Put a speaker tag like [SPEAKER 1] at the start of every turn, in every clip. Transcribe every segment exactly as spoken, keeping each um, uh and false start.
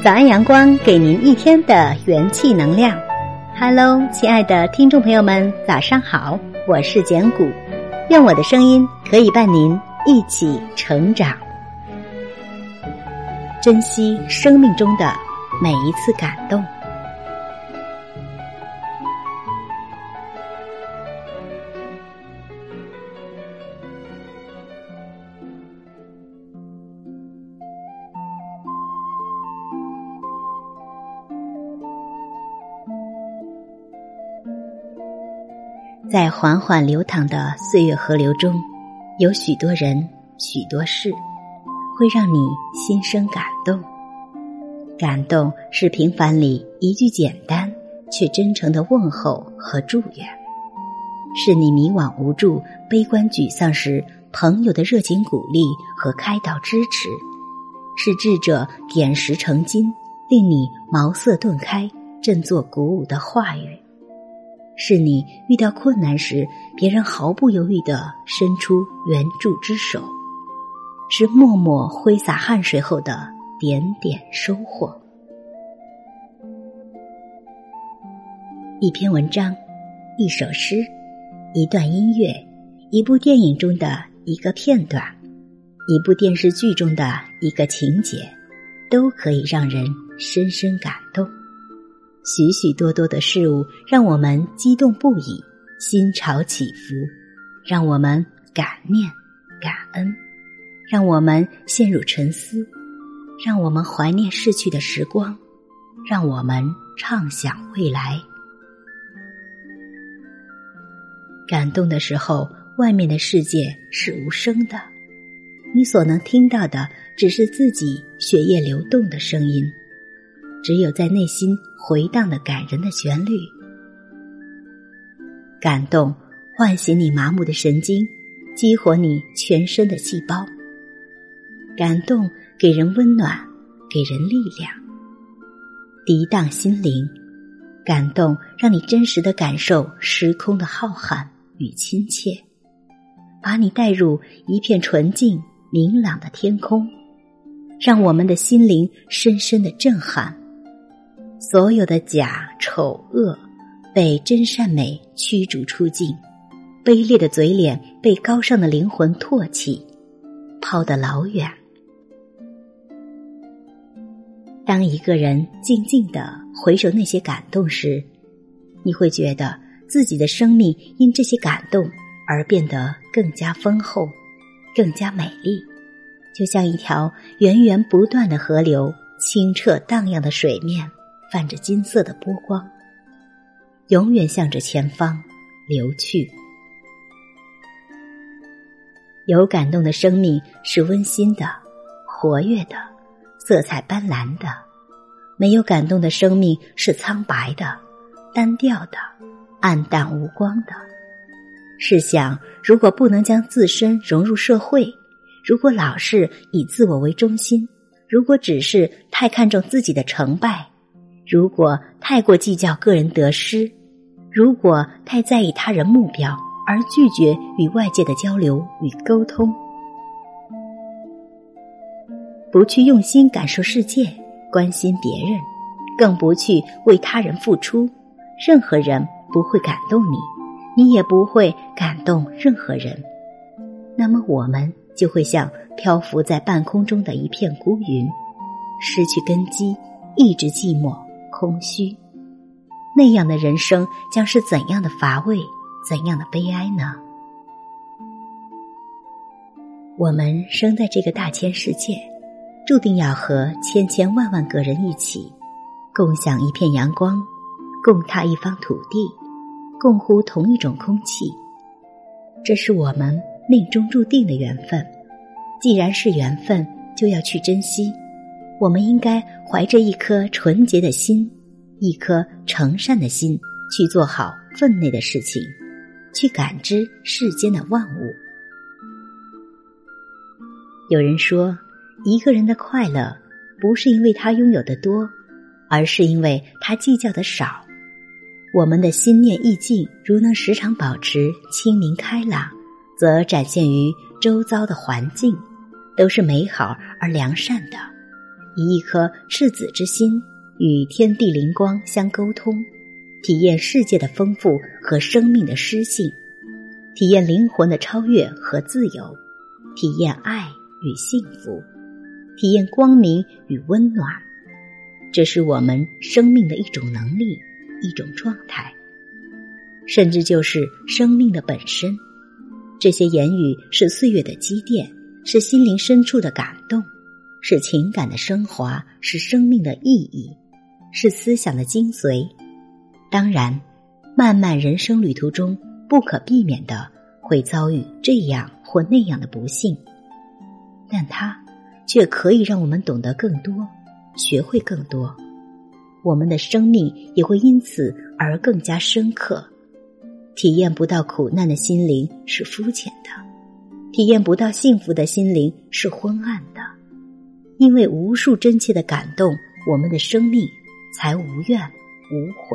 [SPEAKER 1] 早安阳光，给您一天的元气能量。Hello， 亲爱的听众朋友们，早上好，我是简古，愿我的声音可以伴您一起成长。珍惜生命中的每一次感动。在缓缓流淌的岁月河流中，有许多人、许多事，会让你心生感动。感动是平凡里一句简单却真诚的问候和祝愿，是你迷惘无助、悲观沮丧时朋友的热情鼓励和开导支持，是智者点石成金，令你茅塞顿开、振作鼓舞的话语，是你遇到困难时别人毫不犹豫地伸出援助之手，是默默挥洒汗水后的点点收获。一篇文章，一首诗，一段音乐，一部电影中的一个片段，一部电视剧中的一个情节，都可以让人深深感动。许许多多的事物让我们激动不已，心潮起伏，让我们感念感恩，让我们陷入沉思，让我们怀念逝去的时光，让我们畅想未来。感动的时候，外面的世界是无声的，你所能听到的只是自己血液流动的声音，只有在内心回荡的感人的旋律。感动唤醒你麻木的神经，激活你全身的细胞。感动给人温暖，给人力量，涤荡心灵。感动让你真实地感受时空的浩瀚与亲切，把你带入一片纯净明朗的天空，让我们的心灵深深地震撼。所有的假丑恶被真善美驱逐出境，卑劣的嘴脸被高尚的灵魂唾弃，抛得老远。当一个人静静地回首那些感动时，你会觉得自己的生命因这些感动而变得更加丰厚，更加美丽，就像一条源源不断的河流，清澈荡漾的水面泛着金色的波光，永远向着前方流去。有感动的生命是温馨的、活跃的、色彩斑斓的；没有感动的生命是苍白的、单调的、暗淡无光的。试想，如果不能将自身融入社会，如果老是以自我为中心，如果只是太看重自己的成败，如果太过计较个人得失，如果太在意他人目标，而拒绝与外界的交流与沟通，不去用心感受世界，关心别人，更不去为他人付出，任何人不会感动你，你也不会感动任何人。那么我们就会像漂浮在半空中的一片孤云，失去根基，一直寂寞空虚。那样的人生将是怎样的乏味，怎样的悲哀呢？我们生在这个大千世界，注定要和千千万万个人一起共享一片阳光，共踏一方土地，共呼同一种空气。这是我们命中注定的缘分，既然是缘分，就要去珍惜。我们应该怀着一颗纯洁的心，一颗诚善的心，去做好分内的事情，去感知世间的万物。有人说，一个人的快乐不是因为他拥有的多，而是因为他计较的少。我们的心念意境如能时常保持清明开朗，则展现于周遭的环境都是美好而良善的， 以一颗赤子之心与天地灵光相沟通，体验世界的丰富和生命的诗性，体验灵魂的超越和自由，体验爱与幸福，体验光明与温暖。这是我们生命的一种能力，一种状态，甚至就是生命的本身。这些言语是岁月的积淀，是心灵深处的感动，是情感的升华，是生命的意义，是思想的精髓。当然，漫漫人生旅途中不可避免的会遭遇这样或那样的不幸，但它却可以让我们懂得更多，学会更多，我们的生命也会因此而更加深刻。体验不到苦难的心灵是肤浅的，体验不到幸福的心灵是昏暗的。因为无数真切的感动，我们的生命才无怨无悔。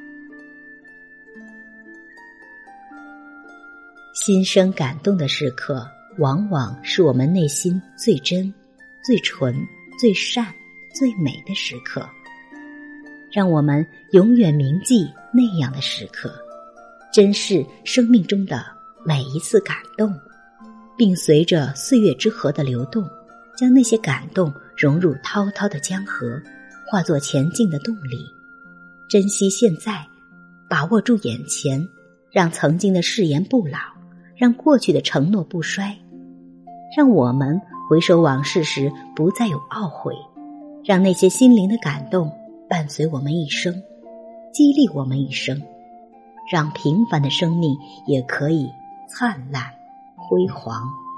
[SPEAKER 1] 心生感动的时刻，往往是我们内心最真、最纯、最善、最美的时刻。让我们永远铭记那样的时刻，珍视生命中的每一次感动，并随着岁月之河的流动，将那些感动融入滔滔的江河，化作前进的动力。珍惜现在，把握住眼前，让曾经的誓言不老，让过去的承诺不衰，让我们回首往事时不再有懊悔，让那些心灵的感动伴随我们一生，激励我们一生，让平凡的生命也可以灿烂辉煌。